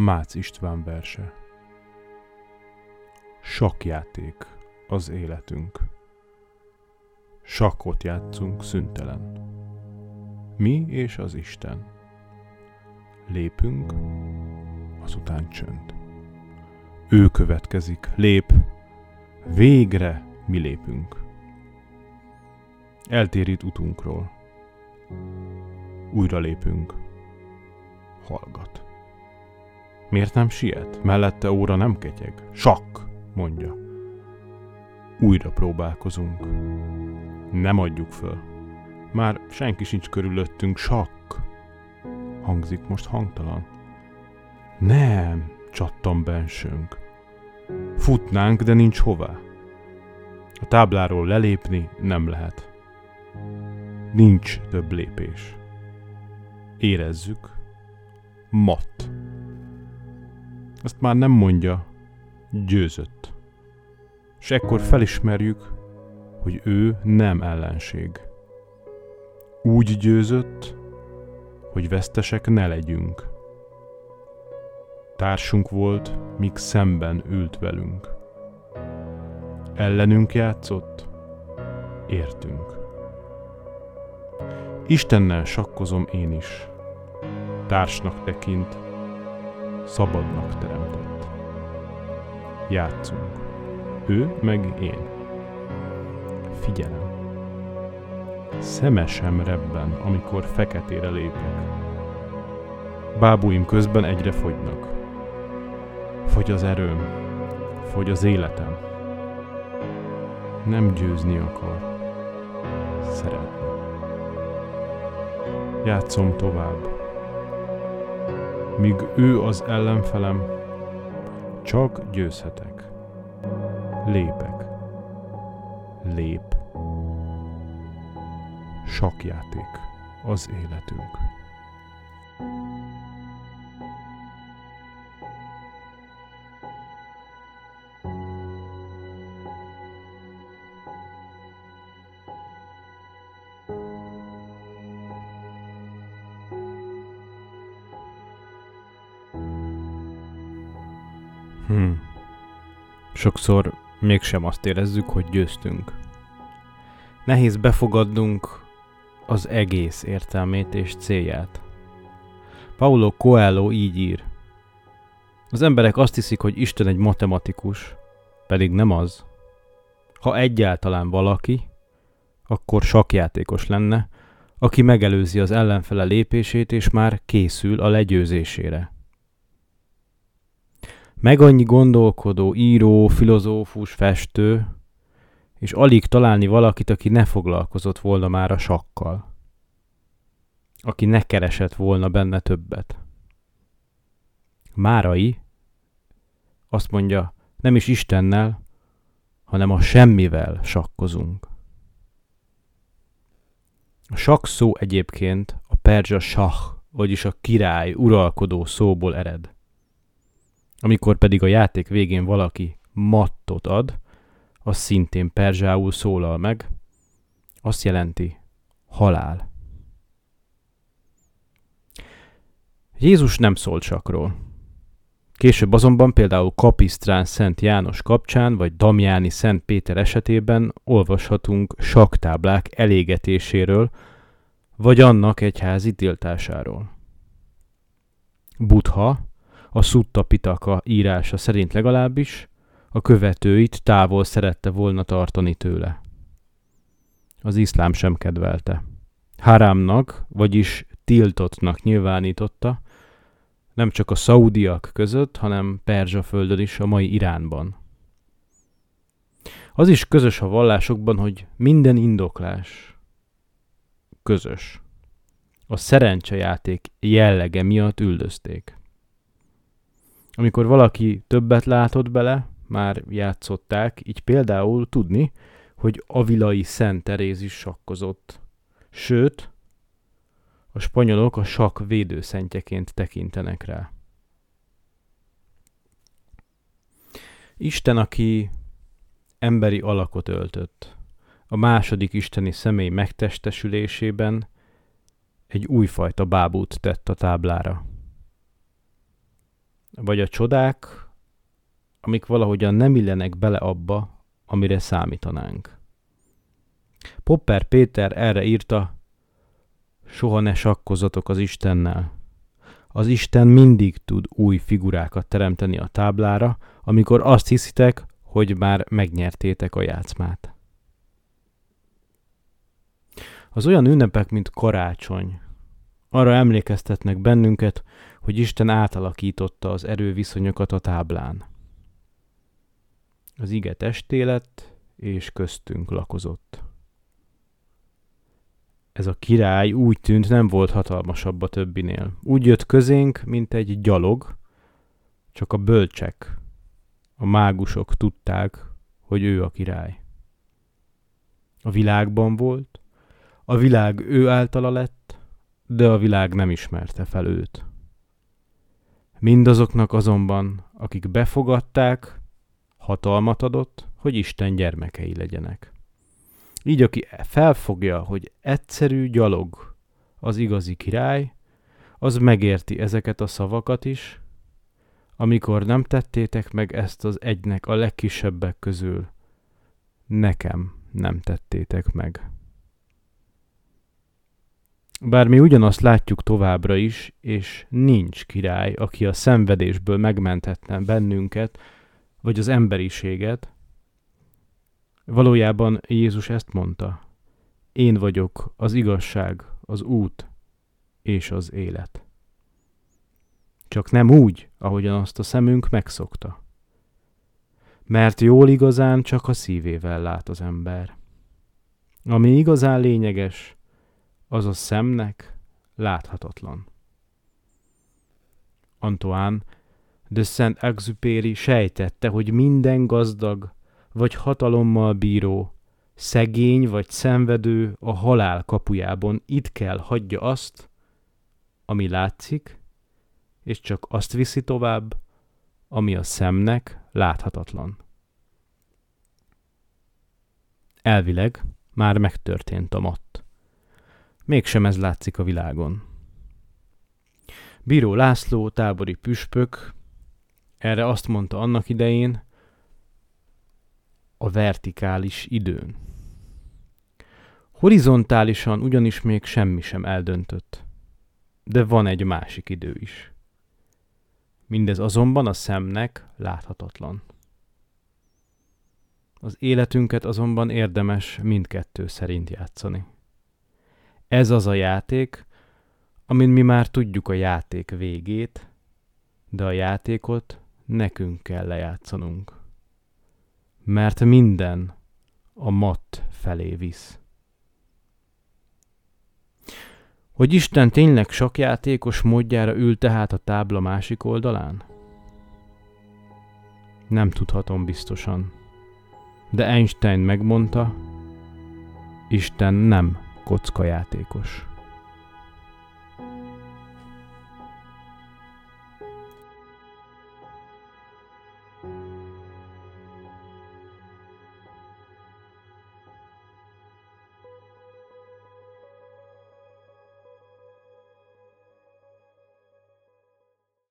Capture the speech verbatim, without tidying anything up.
Mácz István verse. Sakkjáték az életünk. Sakkot játszunk szüntelen. Mi és az Isten. Lépünk, azután csönd. Ő következik, lép, végre mi lépünk. Eltérít utunkról. Újra lépünk. Hallgat. Miért nem siet? Mellette óra nem ketyeg. Sakk, mondja. Újra próbálkozunk. Nem adjuk föl. Már senki sincs körülöttünk. Sakk. Hangzik most hangtalan. Nem, csattan bensőnk. Futnánk, de nincs hová. A tábláról lelépni nem lehet. Nincs több lépés. Érezzük. Matt. Ezt már nem mondja, győzött. S ekkor felismerjük, hogy ő nem ellenség. Úgy győzött, hogy vesztesek ne legyünk. Társunk volt, míg szemben ült velünk. Ellenünk játszott, értünk. Istennel sakkozom én is. Társnak tekint, szabadnak teremtett. Játszunk. Ő meg én. Figyelem. Szemesem rebben, amikor feketére lépek. Bábúim közben egyre fogynak. Fogy az erőm, fogy az életem. Nem győzni akar. Szeretni. Játszom tovább. Míg ő az ellenfelem, csak győzhetek. Lépek. Lép. Sakkjáték az életünk. Hmm. Sokszor mégsem azt érezzük, hogy győztünk. Nehéz befogadnunk az egész értelmét és célját. Paulo Coelho így ír. Az emberek azt hiszik, hogy Isten egy matematikus, pedig nem az. Ha egyáltalán valaki, akkor sakkjátékos lenne, aki megelőzi az ellenfele lépését és már készül a legyőzésére. Meg annyi gondolkodó, író, filozófus, festő, és alig találni valakit, aki ne foglalkozott volna már a sakkal. Aki ne keresett volna benne többet. Márai azt mondja, nem is Istennel, hanem a semmivel sakkozunk. A sakk szó egyébként a perzsa sah, vagyis a király, uralkodó szóból ered. Amikor pedig a játék végén valaki mattot ad, az szintén perzsául szólal meg, azt jelenti halál. Jézus nem szólt sakkról. Később azonban például Kapisztrán Szent János kapcsán, vagy Damjáni Szent Péter esetében olvashatunk sakktáblák elégetéséről, vagy annak egyházi tiltásáról. Buddha, a Szutta Pitaka írása szerint legalábbis, a követőit távol szerette volna tartani tőle. Az iszlám sem kedvelte. Harámnak, vagyis tiltottnak nyilvánította, nem csak a szaudiak között, hanem Perzsa-földön is, a mai Iránban. Az is közös a vallásokban, hogy minden indoklás közös. A szerencsejáték jellege miatt üldözték. Amikor valaki többet látott bele, már játszották, így például tudni, hogy Avilai Szent Teréz is sakkozott. Sőt, a spanyolok a sakk védőszentjeként tekintenek rá. Isten, aki emberi alakot öltött, a második isteni személy megtestesülésében egy újfajta bábút tett a táblára. vagy a csodák, amik valahogyan nem illenek bele abba, amire számítanánk. Popper Péter erre írta: soha ne sakkozzatok az Istennel. Az Isten mindig tud új figurákat teremteni a táblára, amikor azt hiszitek, hogy már megnyertétek a játszmát. Az olyan ünnepek, mint karácsony, arra emlékeztetnek bennünket, hogy Isten átalakította az erőviszonyokat a táblán. Az ige testé lett, és köztünk lakozott. Ez a király úgy tűnt, nem volt hatalmasabb a többinél. Úgy jött közénk, mint egy gyalog, csak a bölcsek, a mágusok tudták, hogy ő a király. A világban volt, a világ ő általa lett, de a világ nem ismerte fel őt. Mindazoknak azonban, akik befogadták, hatalmat adott, hogy Isten gyermekei legyenek. Így aki felfogja, hogy egyszerű gyalog az igazi király, az megérti ezeket a szavakat is, amikor nem tettétek meg ezt az egynek a legkisebbek közül, nekem nem tettétek meg. Bár mi ugyanazt látjuk továbbra is, és nincs király, aki a szenvedésből megmenthetne bennünket, vagy az emberiséget, valójában Jézus ezt mondta: én vagyok az igazság, az út és az élet. Csak nem úgy, ahogyan azt a szemünk megszokta. Mert jól igazán csak a szívével lát az ember. Ami igazán lényeges, az a szemnek láthatatlan. Antoine de Saint-Exupéry sejtette, hogy minden gazdag vagy hatalommal bíró, szegény vagy szenvedő a halál kapujában itt kell hagyja azt, ami látszik, és csak azt viszi tovább, ami a szemnek láthatatlan. Elvileg már megtörtént a matt. Mégsem ez látszik a világon. Bíró László, tábori püspök, erre azt mondta annak idején: a vertikális időn. Horizontálisan ugyanis még semmi sem eldöntött, de van egy másik idő is. Mindez azonban a szemnek láthatatlan. Az életünket azonban érdemes mindkettő szerint játszani. Ez az a játék, amin mi már tudjuk a játék végét, de a játékot nekünk kell lejátszanunk. Mert minden a matt felé visz. Hogy Isten tényleg sakkjátékos módjára ül tehát a tábla másik oldalán? Nem tudhatom biztosan, de Einstein megmondta, Isten nem kockajátékos.